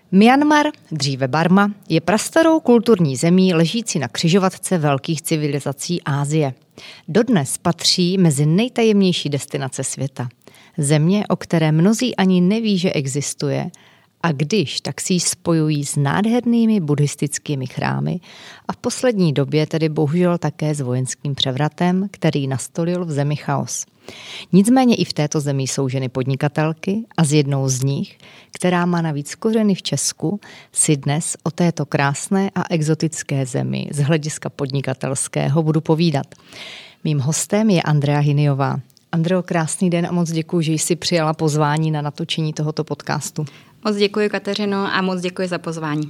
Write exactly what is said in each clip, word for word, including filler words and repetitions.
Myanmar, dříve Barma, je prastarou kulturní zemí ležící na křižovatce velkých civilizací Asie. Dodnes patří mezi nejtajemnější destinace světa. Země, o které mnozí ani neví, že existuje, a když, tak si ji spojují s nádhernými buddhistickými chrámy a v poslední době tedy bohužel také s vojenským převratem, který nastolil v zemi chaos. Nicméně i v této zemi jsou ženy podnikatelky a s jednou z nich, která má navíc kořeny v Česku, si dnes o této krásné a exotické zemi z hlediska podnikatelského budu povídat. Mým hostem je Andrea Hiniová. Andreo, krásný den a moc děkuji, že jsi přijala pozvání na natočení tohoto podcastu. Moc děkuji, Kateřino, a moc děkuji za pozvání.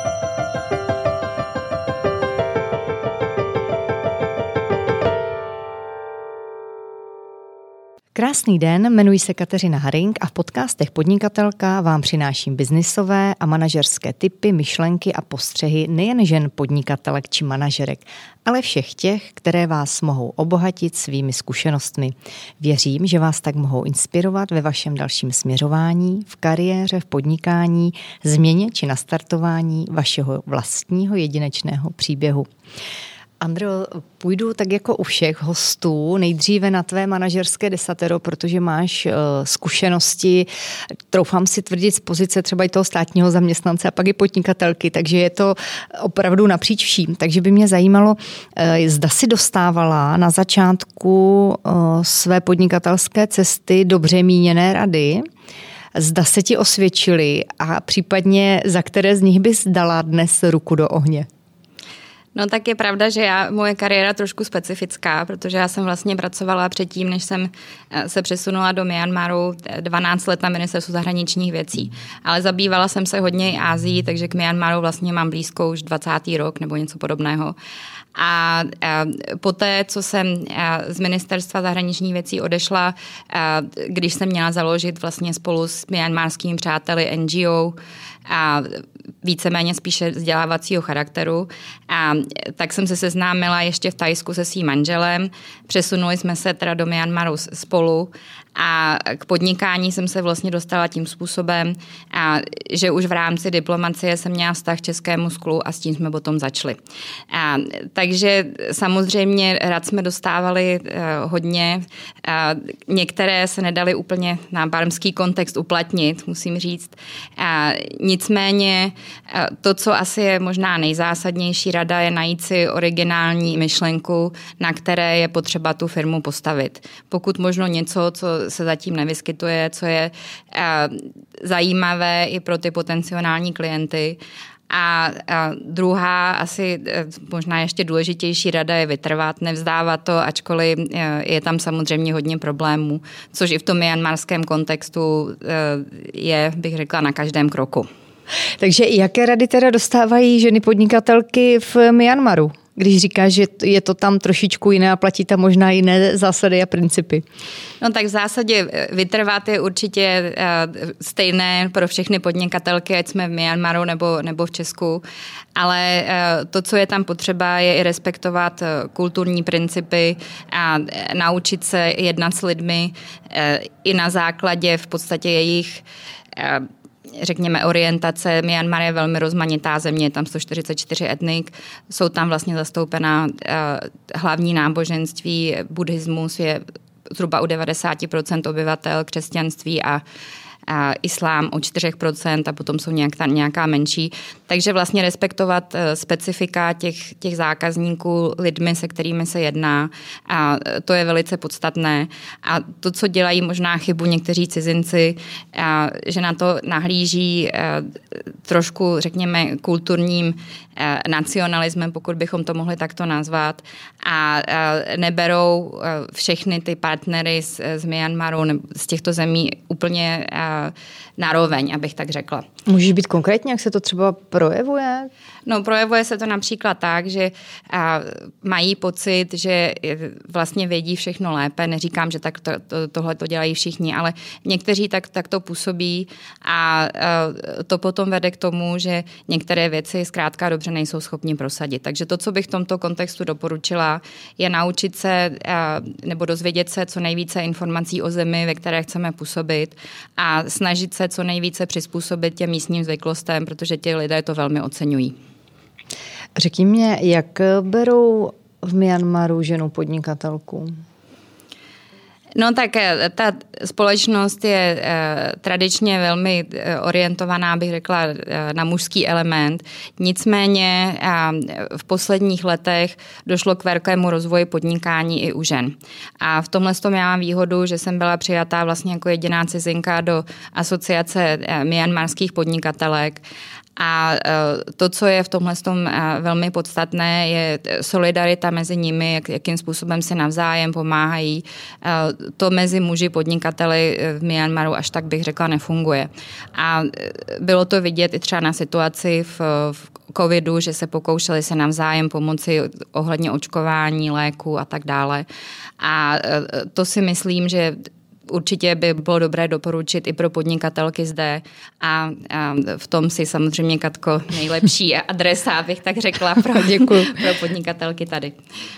Krásný den, jmenuji se Kateřina Haring a v podcastech Podnikatelka vám přináším biznisové a manažerské tipy, myšlenky a postřehy nejen žen podnikatelek či manažerek, ale všech těch, které vás mohou obohatit svými zkušenostmi. Věřím, že vás tak mohou inspirovat ve vašem dalším směřování, v kariéře, v podnikání, změně či nastartování vašeho vlastního jedinečného příběhu. Andreo, půjdu tak jako u všech hostů nejdříve na tvé manažerské desatero, protože máš uh, zkušenosti, troufám si tvrdit z pozice třeba i toho státního zaměstnance a pak i podnikatelky, takže je to opravdu napříč vším. Takže by mě zajímalo, uh, zda si dostávala na začátku uh, své podnikatelské cesty dobře míněné rady, zda se ti osvědčily a případně za které z nich bys dala dnes ruku do ohně. No tak je pravda, že já, moje kariéra trošku specifická, protože já jsem vlastně pracovala předtím, než jsem se přesunula do Myanmaru dvanáct let na ministerstvu zahraničních věcí. Ale zabývala jsem se hodně i Ázií, takže k Myanmaru vlastně mám blízko už dvacátý rok nebo něco podobného. A, a poté, co jsem z ministerstva zahraničních věcí odešla, a, když jsem měla založit vlastně spolu s myanmarskými přáteli N G O a víceméně spíše vzdělávacího charakteru, a tak jsem se seznámila ještě v Thajsku se svým manželem. Přesunuli jsme se teda do Myanmaru spolu a k podnikání jsem se vlastně dostala tím způsobem, a že už v rámci diplomacie jsem měla vztah k českému sklu a s tím jsme potom začali. A, takže samozřejmě rad jsme dostávali uh, hodně. A některé se nedaly úplně na barmský kontext uplatnit, musím říct. A nicméně uh, to, co asi je možná nejzásadnější rada, je najít si originální myšlenku, na které je potřeba tu firmu postavit. Pokud možno něco, co se zatím nevyskytuje, co je uh, zajímavé i pro ty potenciální klienty. A, a druhá, asi možná ještě důležitější rada je vytrvat, nevzdávat to, ačkoliv je tam samozřejmě hodně problémů, což i v tom myanmarském kontextu je, bych řekla, na každém kroku. Takže jaké rady teda dostávají ženy podnikatelky v Myanmaru? Když říkáš, že je to tam trošičku jiné a platí tam možná jiné zásady a principy. No tak v zásadě vytrvat je určitě stejné pro všechny podnikatelky, ať jsme v Myanmaru nebo, nebo v Česku, ale to, co je tam potřeba, je i respektovat kulturní principy a naučit se jednat s lidmi i na základě v podstatě jejich řekněme orientace. Myanmar je velmi rozmanitá země, je tam sto čtyřicet čtyři etnik, jsou tam vlastně zastoupená uh, hlavní náboženství, buddhismus je zhruba u devadesát procent obyvatel, křesťanství a a islám o čtyři procenta a potom jsou nějaká, nějaká menší. Takže vlastně respektovat specifika těch, těch zákazníků, lidmi, se kterými se jedná, a to je velice podstatné. A to, co dělají možná chybu někteří cizinci, a že na to nahlíží trošku, řekněme, kulturním nacionalismem, pokud bychom to mohli takto nazvat, a neberou všechny ty partnery z, z Myanmaru, z těchto zemí úplně naroveň, abych tak řekla. Můžeš být konkrétně, jak se to třeba projevuje? No, projevuje se to například tak, že a, mají pocit, že vlastně vědí všechno lépe. Neříkám, že tak to, to, tohle to dělají všichni, ale někteří tak, tak to působí a, a to potom vede k tomu, že některé věci zkrátka dobře nejsou schopni prosadit. Takže to, co bych v tomto kontextu doporučila, je naučit se a, nebo dozvědět se co nejvíce informací o zemi, ve které chceme působit, a a snažit se co nejvíce přizpůsobit těm místním zvyklostem, protože ti lidé to velmi oceňují. Řekni mě, jak berou v Myanmaru ženu podnikatelku? No tak ta společnost je eh, tradičně velmi eh, orientovaná, bych řekla, eh, na mužský element. Nicméně eh, v posledních letech došlo k velkému rozvoji podnikání i u žen. A v tomhle tom já mám výhodu, že jsem byla přijatá vlastně jako jediná cizinka do asociace eh, myanmarských podnikatelek. A to, co je v tomhle tom velmi podstatné, je solidarita mezi nimi, jak, jakým způsobem si navzájem pomáhají. To mezi muži podnikateli v Myanmaru až tak bych řekla nefunguje. A bylo to vidět i třeba na situaci v, v covidu, že se pokoušeli se navzájem pomoci ohledně očkování, léku a tak dále. A to si myslím, že určitě by bylo dobré doporučit i pro podnikatelky zde a, a v tom si samozřejmě, Katko, nejlepší adresa, abych tak řekla, pro, Děkuju. pro podnikatelky tady.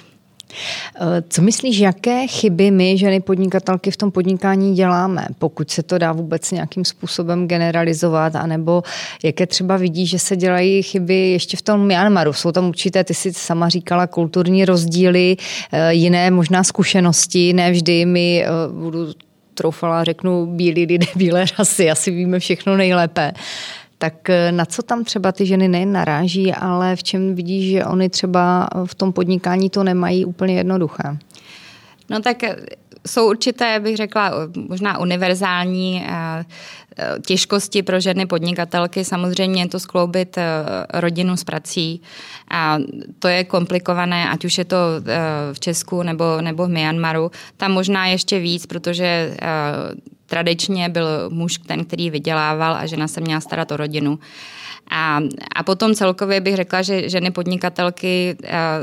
Co myslíš, jaké chyby my, ženy podnikatelky, v tom podnikání děláme, pokud se to dá vůbec nějakým způsobem generalizovat, anebo jaké třeba vidíš, že se dělají chyby ještě v tom Myanmaru? Jsou tam určité, ty jsi sama říkala, kulturní rozdíly, jiné možná zkušenosti, ne vždy my budu troufala, řeknu, bílí lidé, bílé rasy, asi víme všechno nejlépe. Tak na co tam třeba ty ženy nejen naráží, ale v čem vidíš, že oni třeba v tom podnikání to nemají úplně jednoduché? No tak jsou určité, bych řekla, možná univerzální těžkosti pro ženy podnikatelky. Samozřejmě je to skloubit rodinu s prací. A to je komplikované, ať už je to v Česku nebo, nebo v Myanmaru. Tam možná ještě víc, protože tradičně byl muž ten, který vydělával a žena se měla starat o rodinu. A, a potom celkově bych řekla, že ženy podnikatelky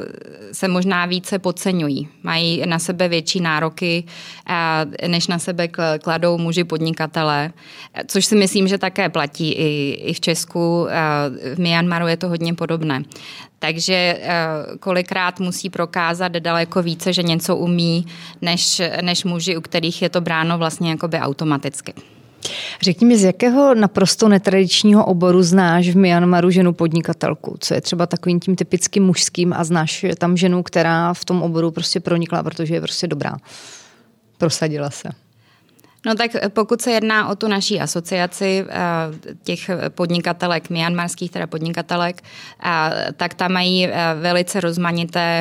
se možná více podceňují. Mají na sebe větší nároky, než na sebe kladou muži podnikatelé, což si myslím, že také platí i, i v Česku. V Myanmaru je to hodně podobné. Takže kolikrát musí prokázat daleko více, že něco umí, než, než muži, u kterých je to bráno vlastně jakoby automaticky. Řekni mi, z jakého naprosto netradičního oboru znáš v Myanmaru ženu podnikatelku? Co je třeba takovým tím typickým mužským a znáš tam ženu, která v tom oboru prostě pronikla, protože je prostě dobrá. Prosadila se. No tak pokud se jedná o tu naší asociaci těch podnikatelek, myanmarských teda podnikatelek, tak tam mají velice rozmanité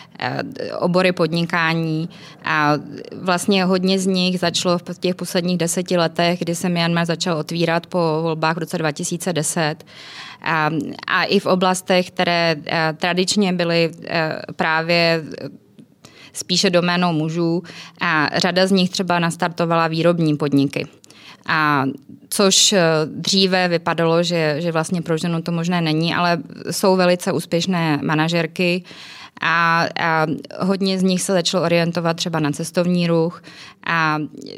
obory podnikání a vlastně hodně z nich začalo v těch posledních deseti letech, kdy se Myanmar začal otvírat po volbách v roce dva tisíce deset a, a i v oblastech, které tradičně byly právě spíše doménou mužů a řada z nich třeba nastartovala výrobní podniky. A což dříve vypadalo, že, že vlastně pro ženu to možné není, ale jsou velice úspěšné manažerky a, a hodně z nich se začalo orientovat třeba na cestovní ruch a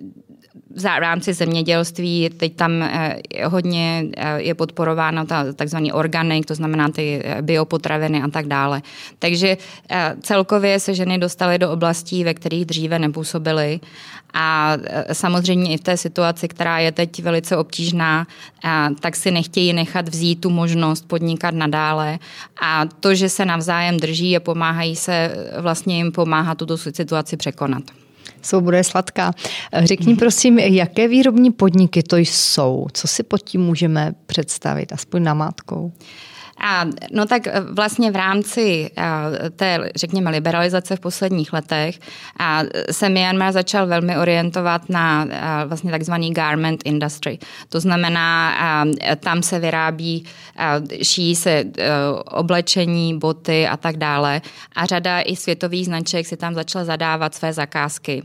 v rámci zemědělství teď tam hodně je podporováno ta takzvaný organic, to znamená ty biopotraviny a tak dále. Takže celkově se ženy dostaly do oblastí, ve kterých dříve nepůsobily a samozřejmě i v té situaci, která je teď velice obtížná, tak si nechtějí nechat vzít tu možnost podnikat nadále a to, že se navzájem drží a pomáhají se, vlastně jim pomáhá tuto situaci překonat. Svoboda je sladká. Řekni prosím, jaké výrobní podniky to jsou? Co si pod tím můžeme představit, aspoň namátkou? A, no tak vlastně v rámci a, té, řekněme, liberalizace v posledních letech a, se Myanmar začal velmi orientovat na a, vlastně takzvaný garment industry. To znamená, a, tam se vyrábí, a, šijí se a, oblečení, boty a tak dále. A řada i světových značek si tam začala zadávat své zakázky.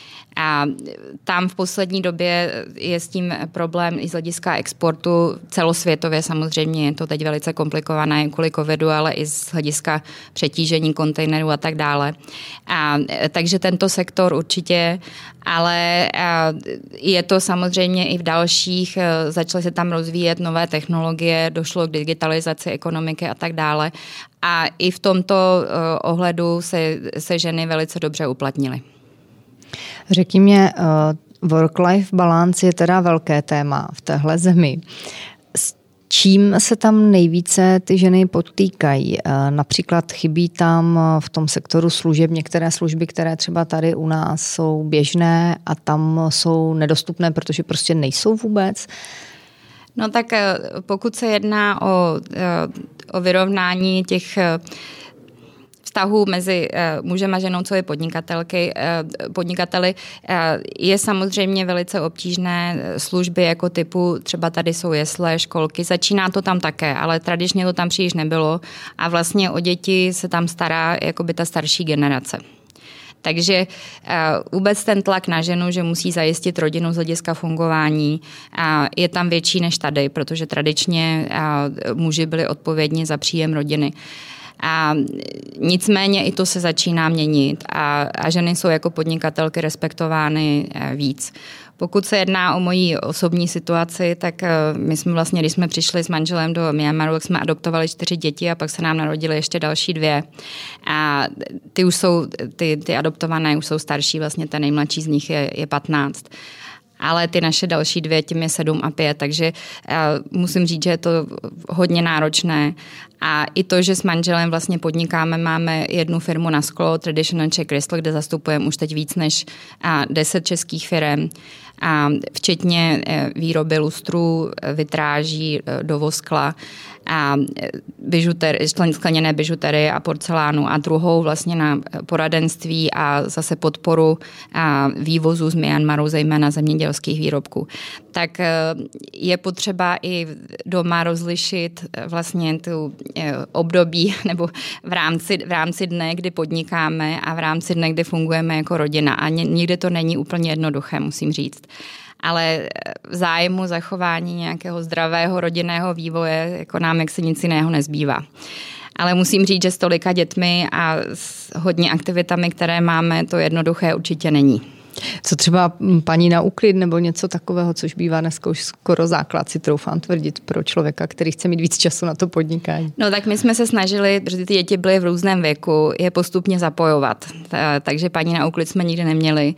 A tam v poslední době je s tím problém i z hlediska exportu celosvětově, samozřejmě je to teď velice komplikované kvůli covidu, ale i z hlediska přetížení kontejnerů a tak dále. A, takže tento sektor určitě, ale a, je to samozřejmě i v dalších, začaly se tam rozvíjet nové technologie, došlo k digitalizaci ekonomiky a tak dále. A i v tomto uh, ohledu se, se ženy velice dobře uplatnily. Řekni mě, Work-life balance je teda velké téma v téhle zemi. S čím se tam nejvíce ty ženy potýkají? Například chybí tam v tom sektoru služeb některé služby, které třeba tady u nás jsou běžné a tam jsou nedostupné, protože prostě nejsou vůbec? No tak pokud se jedná o, o vyrovnání těch vztahů mezi mužem a ženou, co je podnikatelky, podnikateli, je samozřejmě velice obtížné služby jako typu, třeba tady jsou jesle, školky, začíná to tam také, ale tradičně to tam příliš nebylo a vlastně o děti se tam stará jakoby ta starší generace. Takže vůbec ten tlak na ženu, že musí zajistit rodinu z hlediska fungování, je tam větší než tady, protože tradičně muži byli odpovědní za příjem rodiny. A nicméně i to se začíná měnit a, a ženy jsou jako podnikatelky respektovány víc. Pokud se jedná o moji osobní situaci, tak my jsme vlastně, když jsme přišli s manželem do Myanmaru, tak jsme adoptovali čtyři děti a pak se nám narodily ještě další dvě. A ty už jsou, ty, ty adoptované už jsou starší, vlastně ten nejmladší z nich je, je patnáct. Ale ty naše další dvě, tím je sedm a pět, takže uh, musím říct, že je to hodně náročné. A i to, že s manželem vlastně podnikáme, máme jednu firmu na sklo, Traditional Czech Crystal, kde zastupujeme už teď víc než uh, deset českých firem, a včetně uh, výroby lustrů, vitráží, uh, dovoz skla a bižutery, skleněné bižutery a porcelánu a druhou vlastně na poradenství a zase podporu a vývozu z Myanmaru, zejména zemědělských výrobků. Tak je potřeba i doma rozlišit vlastně tu období nebo v rámci, v rámci dne, kdy podnikáme a v rámci dne, kdy fungujeme jako rodina. A nikdy to není úplně jednoduché, musím říct. Ale v zájmu zachování nějakého zdravého rodinného vývoje jako nám jaksi nic jiného nezbývá. Ale musím říct, že s tolika dětmi a s hodně aktivitami, které máme, to jednoduché určitě není. Co třeba paní na úklid nebo něco takového, což bývá dneska už skoro základ, si troufám tvrdit, pro člověka, který chce mít víc času na to podnikání. No tak my jsme se snažili, protože ty děti byly v různém věku, je postupně zapojovat. Takže paní na úklid jsme nikdy neměli.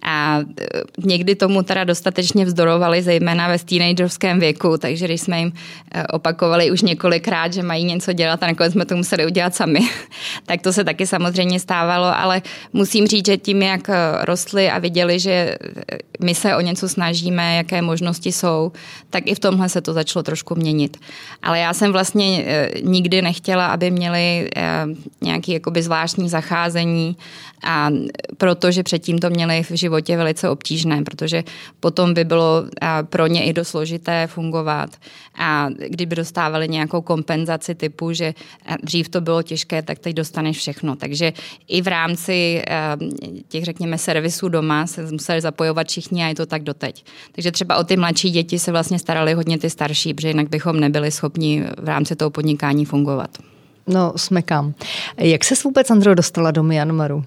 A někdy tomu teda dostatečně vzdorovali, zejména ve teenagerském věku, takže když jsme jim opakovali už několikrát, že mají něco dělat a nakonec jsme to museli udělat sami, tak to se taky samozřejmě stávalo, ale musím říct, že tím, jak rostly a viděli, že my se o něco snažíme, jaké možnosti jsou, tak i v tomhle se to začalo trošku měnit. Ale já jsem vlastně nikdy nechtěla, aby měli nějaké jakoby zvláštní zacházení, a protože předtím to měli v životě velice obtížné, protože potom by bylo pro ně i dost složité fungovat. A kdyby dostávali nějakou kompenzaci typu, že dřív to bylo těžké, tak teď dostaneš všechno. Takže i v rámci těch, řekněme, servisů doma se museli zapojovat všichni a je to tak doteď. Takže třeba o ty mladší děti se vlastně starali hodně ty starší, protože jinak bychom nebyli schopni v rámci toho podnikání fungovat. No, smekám. Jak ses vůbec, Andro, dostala do Myanmaru?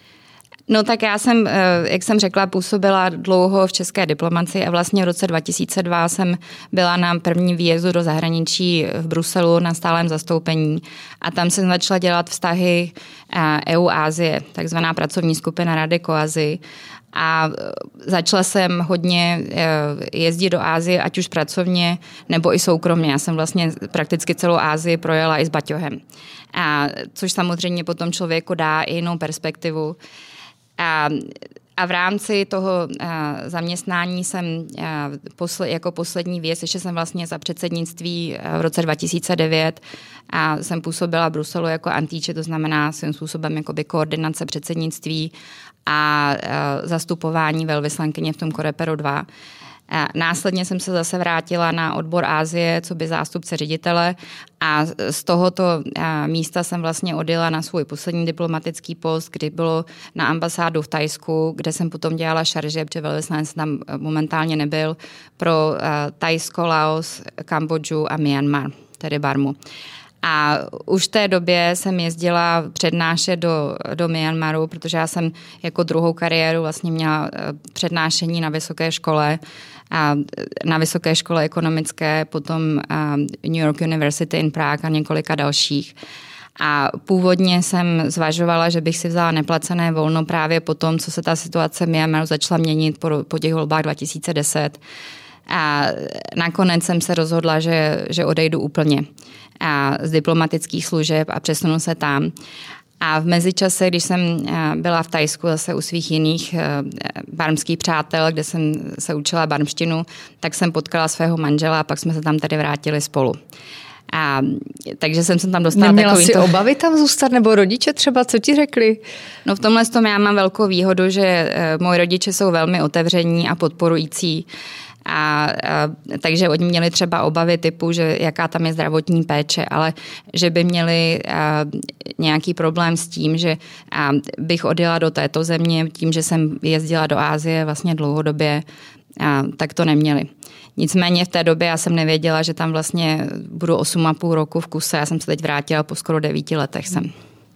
No tak já jsem, jak jsem řekla, působila dlouho v české diplomacii a vlastně v roce dva tisíce dva jsem byla na prvním výjezdu do zahraničí v Bruselu na stálém zastoupení a tam jsem začala dělat vztahy E U-Asie, takzvaná pracovní skupina Rady COASY. A začala jsem hodně jezdit do Asie, ať už pracovně, nebo i soukromně. Já jsem vlastně prakticky celou Asii projela i s baťohem. A což samozřejmě potom člověku dá i jinou perspektivu. A, a v rámci toho a, zaměstnání jsem a, posle, jako poslední věc, ještě jsem vlastně za předsednictví v roce dva tisíce devět a jsem působila v Bruselu jako antíče, to znamená svým způsobem jakoby koordinace předsednictví a, a zastupování velvyslankyně v tom Coreperu dva. Následně jsem se zase vrátila na odbor Asie, co by zástupce ředitele a z tohoto místa jsem vlastně odjela na svůj poslední diplomatický post, kdy bylo na ambasádu v Thajsku, kde jsem potom dělala šarže, protože velvyslanec tam momentálně nebyl, pro Thajsko, Laos, Kambodžu a Myanmar, tedy Barmu. A už v té době jsem jezdila přednášet do, do Myanmaru, protože já jsem jako druhou kariéru vlastně měla přednášení na vysoké škole, a na vysoké škole ekonomické, potom New York University in Prague a několika dalších. A původně jsem zvažovala, že bych si vzala neplacené volno právě po tom, co se ta situace v Myanmaru začala měnit po, po těch volbách dva tisíce deset. A nakonec jsem se rozhodla, že, že odejdu úplně a z diplomatických služeb a přesunu se tam. A v mezičase, když jsem byla v Thajsku zase u svých jiných barmských přátel, kde jsem se učila barmštinu, tak jsem potkala svého manžela a pak jsme se tam tady vrátili spolu. A takže jsem se tam dostala Neměla takový... Neměla si obavy tam zůstat, nebo rodiče třeba, co ti řekli? No v tomhle tom já mám velkou výhodu, že moji rodiče jsou velmi otevření a podporující. A, a, takže oni měli třeba obavy typu, že jaká tam je zdravotní péče, ale že by měli a, nějaký problém s tím, že a, bych odjela do této země tím, že jsem jezdila do Asie vlastně dlouhodobě, a, tak to neměli. Nicméně v té době já jsem nevěděla, že tam vlastně budu osm a půl roku v kuse. Já jsem se teď vrátila po skoro devíti letech sem.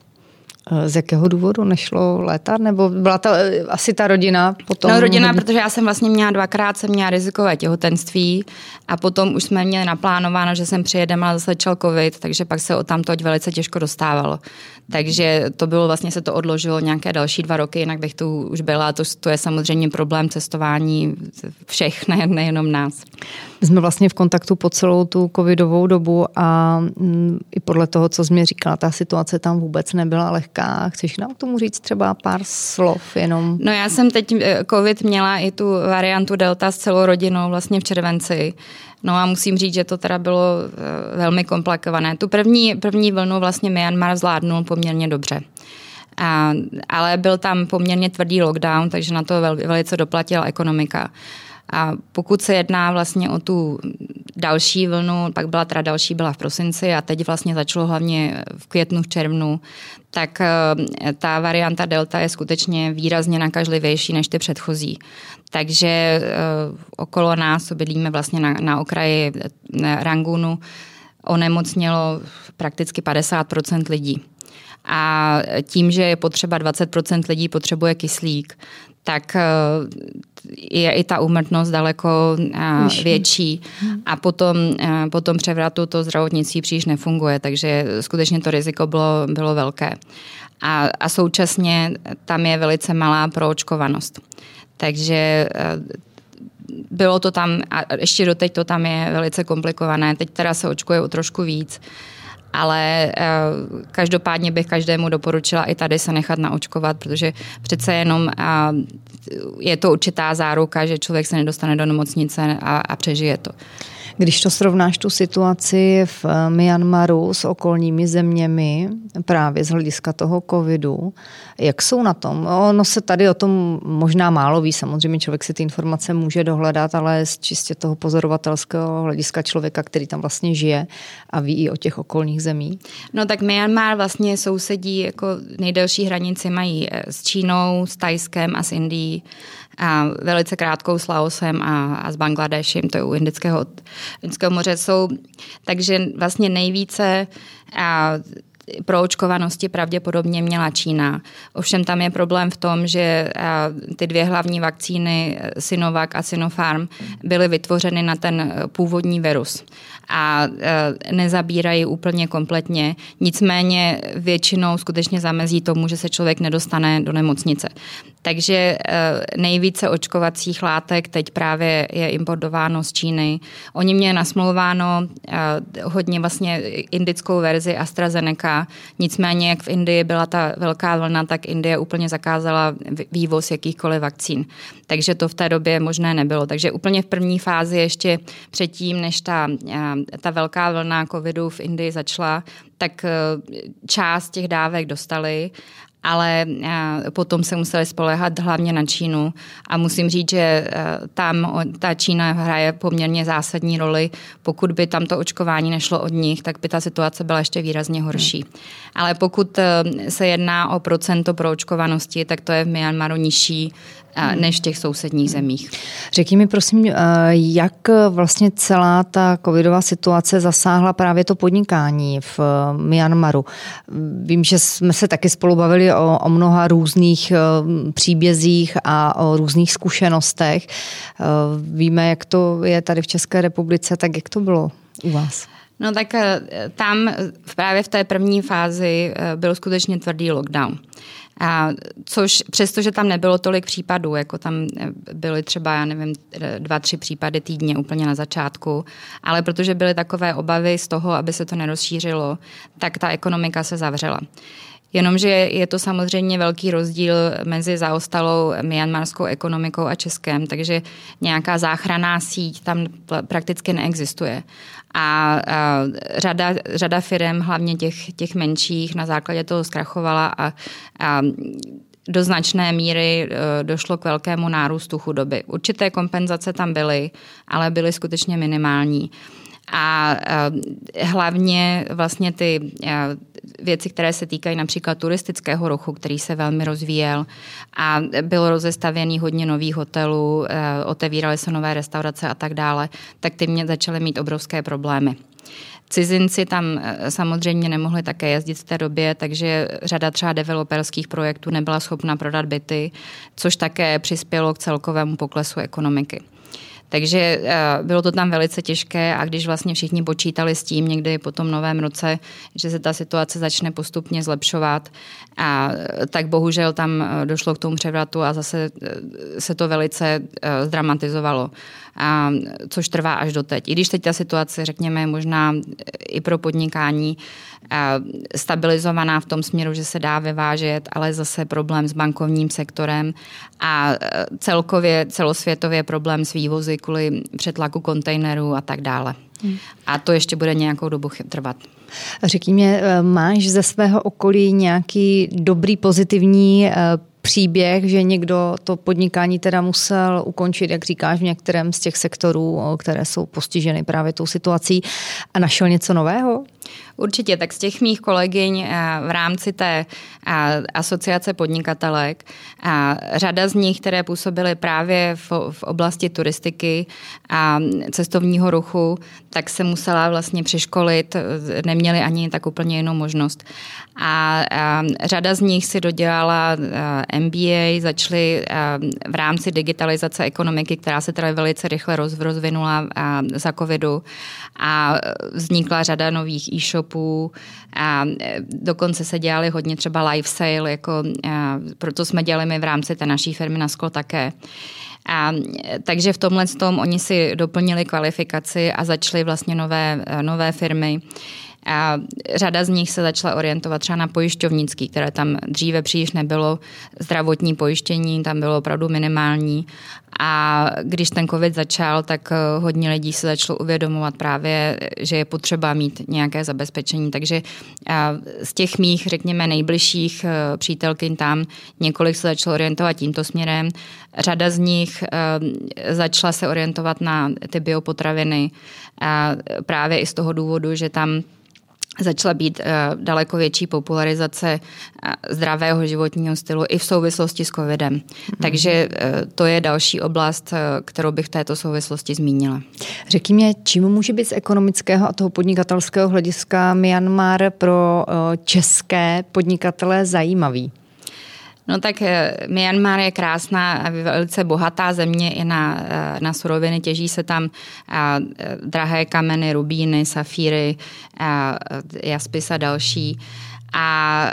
Z jakého důvodu nešlo létat? Nebo byla ta, asi ta rodina potom? No rodina, protože já jsem vlastně měla dvakrát, jsem měla rizikové těhotenství a potom už jsme měli naplánováno, že jsem přijedem, ale zase začal covid, takže pak se odtamtoť velice těžko dostávalo. Takže to bylo vlastně, se to odložilo nějaké další dva roky, jinak bych tu už byla. To, to je samozřejmě problém cestování všech, ne, nejenom nás. My jsme vlastně v kontaktu po celou tu covidovou dobu a m, i podle toho, co jsi mi říkala, ta situace tam vůbec nebyla lehká. Chceš nám k tomu říct třeba pár slov jenom? No já jsem teď covid měla i tu variantu delta s celou rodinou vlastně v červenci. No a musím říct, že to teda bylo velmi komplikované. Tu první, první vlnu vlastně Myanmar zvládnul poměrně dobře. A, ale byl tam poměrně tvrdý lockdown, takže na to vel, velice doplatila ekonomika. A pokud se jedná vlastně o tu další vlnu, pak byla teda další, byla v prosinci a teď vlastně začalo hlavně v květnu, v červnu, tak ta varianta delta je skutečně výrazně nakažlivější než ty předchozí. Takže okolo nás, co bydlíme vlastně na, na okraji Rangunu, onemocnělo prakticky padesát procent lidí. A tím, že je potřeba dvacet procent lidí potřebuje kyslík, tak je i ta úmrtnost daleko větší. A potom, po tom převratu to zdravotnictví příliš nefunguje, takže skutečně to riziko bylo, bylo velké. A, a současně tam je velice malá proočkovanost. Takže bylo to tam, a ještě doteď to tam je velice komplikované, teď teda se očkuje o trošku víc, ale každopádně bych každému doporučila i tady se nechat naočkovat, protože přece jenom je to určitá záruka, že člověk se nedostane do nemocnice a, a přežije to. Když to srovnáš tu situaci v Myanmaru s okolními zeměmi, právě z hlediska toho covidu, jak jsou na tom? Ono se tady o tom možná málo ví, samozřejmě člověk si ty informace může dohledat, ale z čistě toho pozorovatelského hlediska člověka, který tam vlastně žije a ví i o těch okolních zemí. No tak Myanmar vlastně sousedí, jako nejdelší hranici mají s Čínou, s Thajskem a s Indií. A velice krátkou s Laosem a, a s Bangladešem, to je u Indického, Indického moře jsou. Takže vlastně nejvíce a, proočkovanosti pravděpodobně měla Čína. Ovšem tam je problém v tom, že a, ty dvě hlavní vakcíny Sinovac a Sinopharm byly vytvořeny na ten původní virus a e, nezabírají úplně kompletně. Nicméně většinou skutečně zamezí tomu, že se člověk nedostane do nemocnice. Takže e, nejvíce očkovacích látek teď právě je importováno z Číny. Oni měli nasmlouváno e, hodně vlastně indickou verzi AstraZeneca, nicméně jak v Indii byla ta velká vlna, tak Indie úplně zakázala vývoz jakýchkoliv vakcín. Takže to v té době možné nebylo. Takže úplně v první fázi ještě předtím, než ta, ta velká vlna covidu v Indii začala, tak část těch dávek dostali, ale potom se museli spoléhat hlavně na Čínu a musím říct, že tam ta Čína hraje poměrně zásadní roli. Pokud by tam to očkování nešlo od nich, tak by ta situace byla ještě výrazně horší. Ale pokud se jedná o procento proočkovanosti, tak to je v Myanmaru nižší než v těch sousedních zemích. Řekni mi prosím, jak vlastně celá ta covidová situace zasáhla právě to podnikání v Myanmaru. Vím, že jsme se taky spolu bavili o, o mnoha různých příbězích a o různých zkušenostech. Víme, jak to je tady v České republice, tak jak to bylo u vás? No tak tam právě v té první fázi byl skutečně tvrdý lockdown. A což přestože tam nebylo tolik případů, jako tam byly třeba, já nevím, dva, tři případy týdně úplně na začátku, ale protože byly takové obavy z toho, aby se to nerozšířilo, tak ta ekonomika se zavřela. Jenomže je to samozřejmě velký rozdíl mezi zaostalou myanmarskou ekonomikou a Českem, takže nějaká záchranná síť tam prakticky neexistuje. A, a řada, řada firem, hlavně těch, těch menších, na základě toho zkrachovala a, a do značné míry došlo k velkému nárůstu chudoby. Určité kompenzace tam byly, ale byly skutečně minimální. A hlavně vlastně ty věci, které se týkají například turistického ruchu, který se velmi rozvíjel a bylo rozestavěný hodně nových hotelů, otevíraly se nové restaurace a tak dále, tak ty mě začaly mít obrovské problémy. Cizinci tam samozřejmě nemohli také jezdit v té době, takže řada třeba developerských projektů nebyla schopna prodat byty, což také přispělo k celkovému poklesu ekonomiky. Takže bylo to tam velice těžké a když vlastně všichni počítali s tím někdy po tom novém roce, že se ta situace začne postupně zlepšovat, a tak bohužel tam došlo k tomu převratu a zase se to velice zdramatizovalo, a což trvá až doteď. I když teď ta situace, řekněme, možná i pro podnikání stabilizovaná v tom směru, že se dá vyvážet, ale zase problém s bankovním sektorem a celkově celosvětově problém s vývozy kvůli přetlaku kontejnerů a tak dále. Hmm. A to ještě bude nějakou dobu trvat. Řekni mě, máš ze svého okolí nějaký dobrý, pozitivní příběh, že někdo to podnikání teda musel ukončit, jak říkáš, v některém z těch sektorů, které jsou postiženy právě tou situací, a našel něco nového? Určitě, tak z těch mých kolegyň v rámci té asociace podnikatelek, řada z nich, které působily právě v oblasti turistiky a cestovního ruchu, tak se musela vlastně přeškolit, neměli ani tak úplně jinou možnost. A řada z nich si dodělala M B A, začali v rámci digitalizace ekonomiky, která se teda velice rychle rozvinula za covidu, a vznikla řada nových e-shopů a dokonce se dělali hodně třeba live sale, jako, proto jsme dělali my v rámci té naší firmy na sklo také. A, takže v tomhle tom oni si doplnili kvalifikaci a začaly vlastně nové, nové firmy. A řada z nich se začala orientovat třeba na pojišťovnický, které tam dříve příliš nebylo. Zdravotní pojištění tam bylo opravdu minimální. A když ten covid začal, tak hodně lidí se začalo uvědomovat právě, že je potřeba mít nějaké zabezpečení. Takže z těch mých, řekněme, nejbližších přítelkyň tam několik se začalo orientovat tímto směrem. Řada z nich začala se orientovat na ty biopotraviny právě i z toho důvodu, že tam začala být uh, daleko větší popularizace uh, zdravého životního stylu i v souvislosti s covidem. Mm. Takže uh, to je další oblast, uh, kterou bych v této souvislosti zmínila. Řekni mě, čím může být z ekonomického a toho podnikatelského hlediska Myanmar pro uh, české podnikatele zajímavý? No tak Myanmar je krásná a velice bohatá země i na, na suroviny. Těží se tam drahé kameny, rubíny, safíry, jaspis a další. A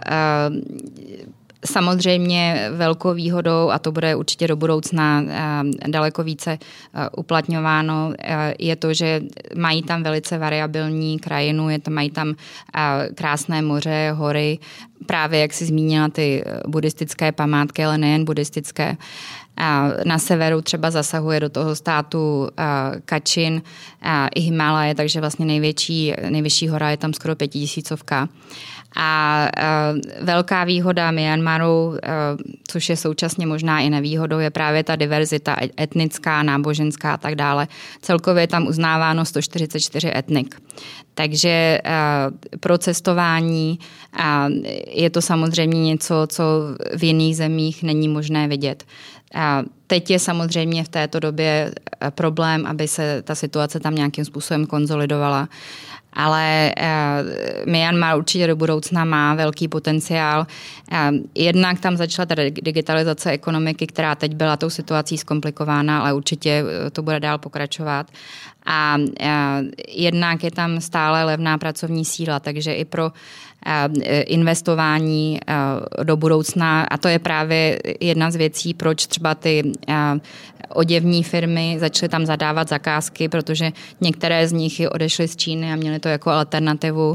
samozřejmě velkou výhodou, a to bude určitě do budoucna daleko více uplatňováno, je to, že mají tam velice variabilní krajinu, je to, mají tam krásné moře, hory, právě jak jsi zmínila ty buddhistické památky, ale nejen buddhistické. Na severu třeba zasahuje do toho státu Kachin i Himálaje, takže vlastně největší, nejvyšší hora je tam skoro pětitisícovka. A uh, velká výhoda Myanmaru, uh, což je současně možná i nevýhodou, je právě ta diverzita etnická, náboženská a tak dále. Celkově je tam uznáváno sto čtyřicet čtyři etnik. Takže uh, pro cestování uh, je to samozřejmě něco, co v jiných zemích není možné vidět. Uh, teď je samozřejmě v této době problém, aby se ta situace tam nějakým způsobem konzolidovala. Ale eh, Myanmar určitě do budoucna má velký potenciál. Eh, jednak tam začala ta digitalizace ekonomiky, která teď byla tou situací zkomplikována, ale určitě to bude dál pokračovat. A eh, jednak je tam stále levná pracovní síla, takže i pro eh, investování eh, do budoucna, a to je právě jedna z věcí, proč třeba ty eh, oděvní firmy začaly tam zadávat zakázky, protože některé z nich odešly z Číny a měly to jako alternativu,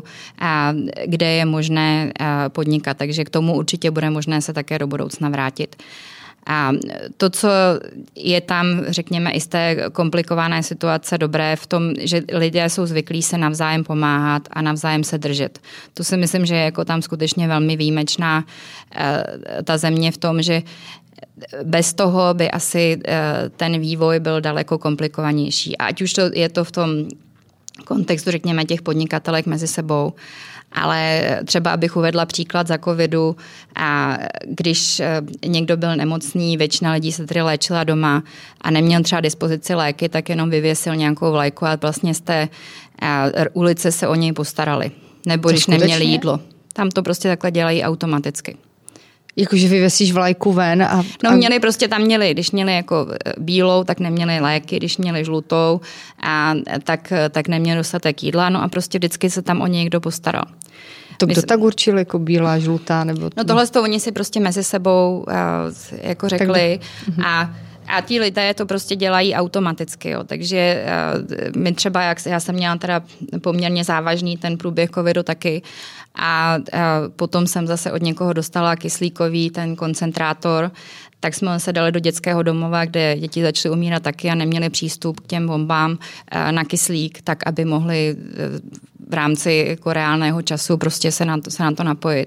kde je možné podnikat. Takže k tomu určitě bude možné se také do budoucna vrátit. A to, co je tam, řekněme, i z té komplikované situace dobré v tom, že lidé jsou zvyklí se navzájem pomáhat a navzájem se držet. To si myslím, že je jako tam skutečně velmi výjimečná ta země v tom, že bez toho by asi ten vývoj byl daleko komplikovanější. A ať už to je to v tom kontextu, řekněme, těch podnikatelek mezi sebou, ale třeba abych uvedla příklad za covidu, a když někdo byl nemocný, většina lidí se tedy léčila doma a neměl třeba dispozici léky, tak jenom vyvěsil nějakou vlajku a vlastně z té ulice se o něj postarali. Nebo když neměli jídlo. Tam to prostě takhle dělají automaticky. Jakože vyvěsíš vlajku ven a... No měli prostě tam měli, když měli jako bílou, tak neměli léky, když měli žlutou, a tak, tak neměli dostatek jídla, no a prostě vždycky se tam o ně někdo postaral. To kdo tak určil, jako bílá, žlutá, nebo... No tohle to oni si prostě mezi sebou jako řekli tak... a A ti lidé to prostě dělají automaticky. Jo. Takže uh, my třeba, jak já jsem měla teda poměrně závažný ten průběh covidu taky a uh, potom jsem zase od někoho dostala kyslíkový ten koncentrátor, tak jsme se dali do dětského domova, kde děti začaly umírat taky a neměli přístup k těm bombám uh, na kyslík, tak aby mohli uh, v rámci jako reálného času prostě se na to, se na to napojit.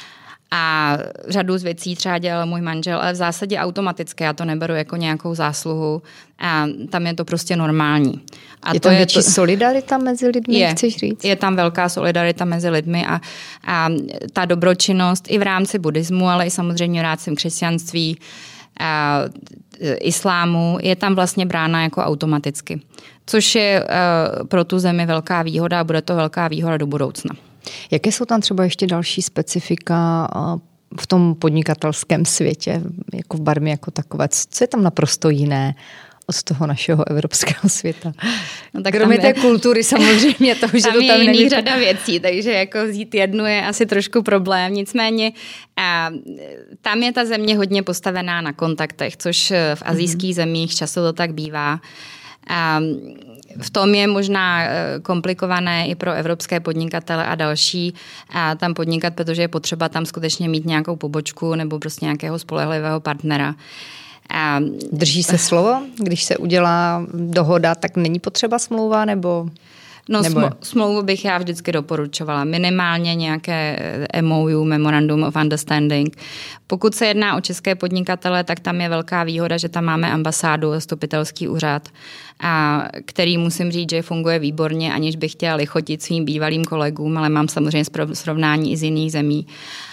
A řadu z věcí třeba dělal můj manžel, ale v zásadě automaticky, já to neberu jako nějakou zásluhu. A tam je to prostě normální. A je to tam je větší to, solidarita mezi lidmi, je, chceš říct? Je tam velká solidarita mezi lidmi a, a ta dobročinnost i v rámci buddhismu, ale i samozřejmě v rámci křesťanství, a islámu je tam vlastně brána jako automaticky. Což je uh, pro tu zemi velká výhoda a bude to velká výhoda do budoucna. Jaké jsou tam třeba ještě další specifika v tom podnikatelském světě, jako v Barmě jako takové? Co je tam naprosto jiné od toho našeho evropského světa? No tak kromě té kultury samozřejmě to, že tam to tam je není řada věcí, takže jako vzít jednu je asi trošku problém. Nicméně a, tam je ta země hodně postavená na kontaktech, což v asijských mm-hmm. zemích často to tak bývá. A v tom je možná komplikované i pro evropské podnikatele a další a tam podnikat, protože je potřeba tam skutečně mít nějakou pobočku nebo prostě nějakého spolehlivého partnera. A drží se slovo? Když se udělá dohoda, tak není potřeba smlouva nebo... No sm- smlouvu bych já vždycky doporučovala. Minimálně nějaké M O U, Memorandum of Understanding. Pokud se jedná o české podnikatele, tak tam je velká výhoda, že tam máme ambasádu, zastupitelský úřad, a který musím říct, že funguje výborně, aniž bych chtěla lichotit svým bývalým kolegům, ale mám samozřejmě srovnání i z jiných zemí.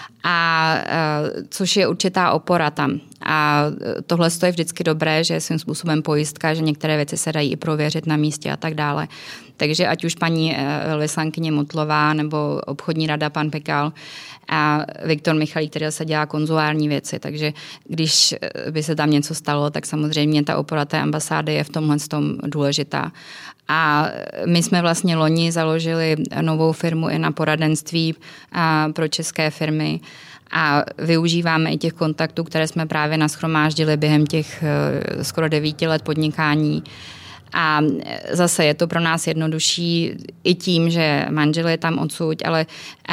A což je určitá opora tam. A tohle je vždycky dobré, že je svým způsobem pojistka, že některé věci se dají i prověřit na místě a tak dále. Takže ať už paní velvyslankyně Motlová nebo obchodní rada pan Pikal a Viktor Michalík, který se dělá konzulární věci. Takže když by se tam něco stalo, tak samozřejmě ta opora té ambasády je v tomhle tom důležitá. A my jsme vlastně loni založili novou firmu i na poradenství pro české firmy a využíváme i těch kontaktů, které jsme právě nashromáždili během těch skoro devíti let podnikání. A zase je to pro nás jednodušší i tím, že manžel je tam odsud, ale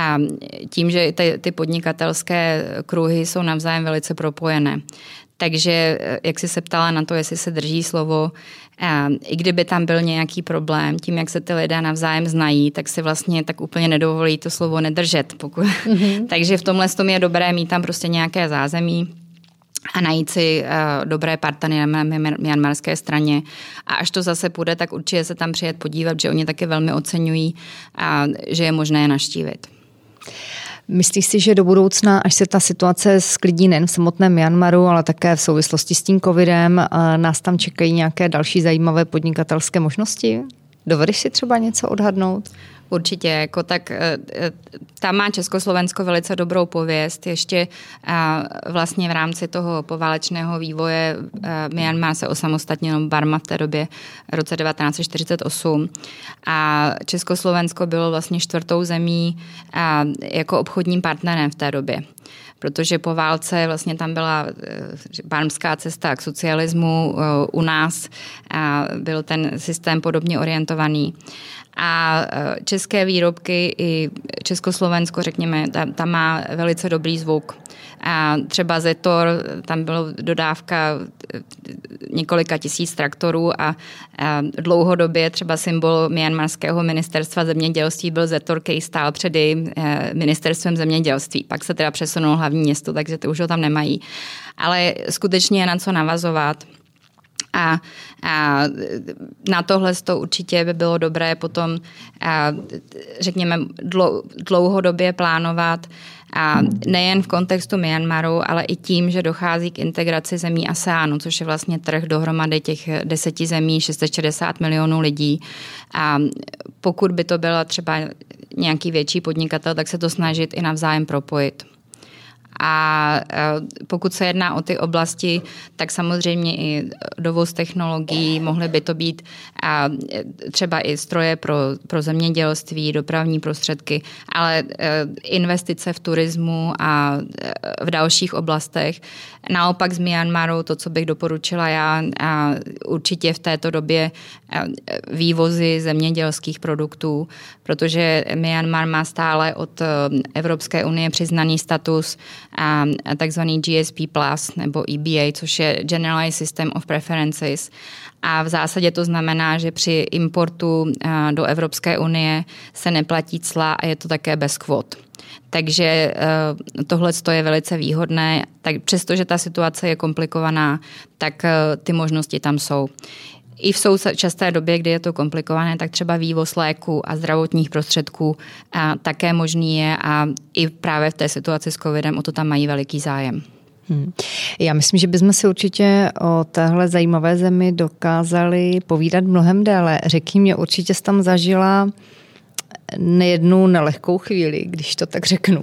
tím, že ty, ty podnikatelské kruhy jsou navzájem velice propojené. Takže jak jsi se ptala na to, jestli se drží slovo, i kdyby tam byl nějaký problém, tím, jak se ty lidé navzájem znají, tak si vlastně tak úplně nedovolí to slovo nedržet. Pokud... Mm-hmm. Takže v tomhle tom je dobré mít tam prostě nějaké zázemí a najít si uh, dobré partnery na myanmarské straně. A až to zase půjde, tak určitě se tam přijet podívat, že oni taky velmi oceňují a že je možné je navštívit. Myslíš si, že do budoucna, až se ta situace sklidní nejen v samotném Myanmaru, ale také v souvislosti s tím covidem, nás tam čekají nějaké další zajímavé podnikatelské možnosti? Dovedeš si třeba něco odhadnout? Určitě, jako tak tam má Československo velice dobrou pověst. Ještě vlastně v rámci toho poválečného vývoje Myanmar se osamostatnil, Barma v té době v roce devatenáct set čtyřicet osm a Československo bylo vlastně čtvrtou zemí jako obchodním partnerem v té době. Protože po válce vlastně tam byla barmská cesta k socialismu, u nás byl ten systém podobně orientovaný. A české výrobky i Československo, řekněme, tam, tam má velice dobrý zvuk. A třeba Zetor, tam byla dodávka několika tisíc traktorů a, a dlouhodobě třeba symbol myanmarského ministerstva zemědělství byl Zetor, který stál před jejím ministerstvem zemědělství. Pak se teda přesunul hlavní město, takže to už ho tam nemají. Ale skutečně je na co navazovat. A, a na tohle to určitě by bylo dobré potom, a, řekněme, dlouhodobě plánovat, a nejen v kontextu Myanmaru, ale i tím, že dochází k integraci zemí ASEANu, což je vlastně trh dohromady těch deseti zemí, šest set šedesát milionů lidí. A pokud by to byla třeba nějaký větší podnikatel, tak se to snažit i navzájem propojit. A pokud se jedná o ty oblasti, tak samozřejmě i dovoz technologií, mohly by to být třeba i stroje pro, pro zemědělství, dopravní prostředky, ale investice v turismu a v dalších oblastech. Naopak z Myanmaru, to, co bych doporučila já, určitě v této době vývozy zemědělských produktů, protože Myanmar má stále od Evropské unie přiznaný status a takzvaný G S P plus nebo E B A, což je Generalized System of Preferences. A v zásadě to znamená, že při importu do Evropské unie se neplatí cla a je to také bez kvót. Takže tohle je velice výhodné. Tak přestože ta situace je komplikovaná, tak ty možnosti tam jsou. I v současné době, kdy je to komplikované, tak třeba vývoz léků a zdravotních prostředků a také možný je a i právě v té situaci s covidem o to tam mají veliký zájem. Hmm. Já myslím, že bychom si určitě o téhle zajímavé zemi dokázali povídat mnohem déle. Řekni mě, určitě jsi tam zažila nejednu nelehkou chvíli, když to tak řeknu.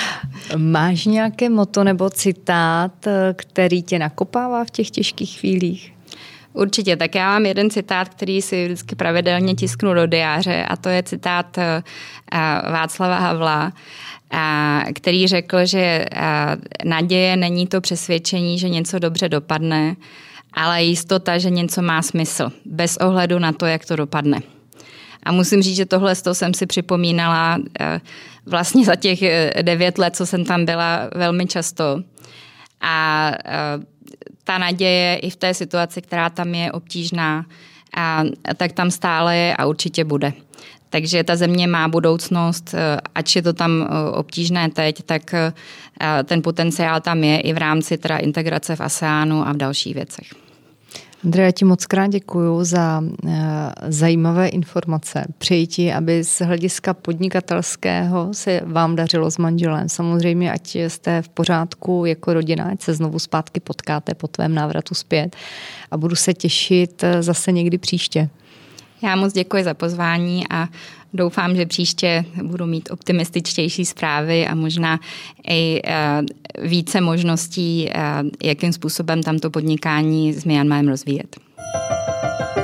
Máš nějaké motto nebo citát, který tě nakopává v těch těžkých chvílích? Určitě, tak já mám jeden citát, který si vždycky pravidelně tisknu do diáře a to je citát Václava Havla, který řekl, že naděje není to přesvědčení, že něco dobře dopadne, ale jistota, že něco má smysl, bez ohledu na to, jak to dopadne. A musím říct, že tohle jsem si připomínala vlastně za těch devět let, co jsem tam byla, velmi často. A ta naděje i v té situaci, která tam je obtížná, a, tak tam stále je a určitě bude. Takže ta země má budoucnost, ač je to tam obtížné teď, tak ten potenciál tam je i v rámci teda integrace v ASEANu a v dalších věcech. Andrea, já ti moc krát děkuju za zajímavé informace. Přeji ti, aby z hlediska podnikatelského se vám dařilo s manželem. Samozřejmě, ať jste v pořádku jako rodina, ať se znovu zpátky potkáte po tvém návratu zpět a budu se těšit zase někdy příště. Já moc děkuji za pozvání a doufám, že příště budu mít optimističtější zprávy a možná i více možností, jakým způsobem tamto podnikání s Myanmarem rozvíjet.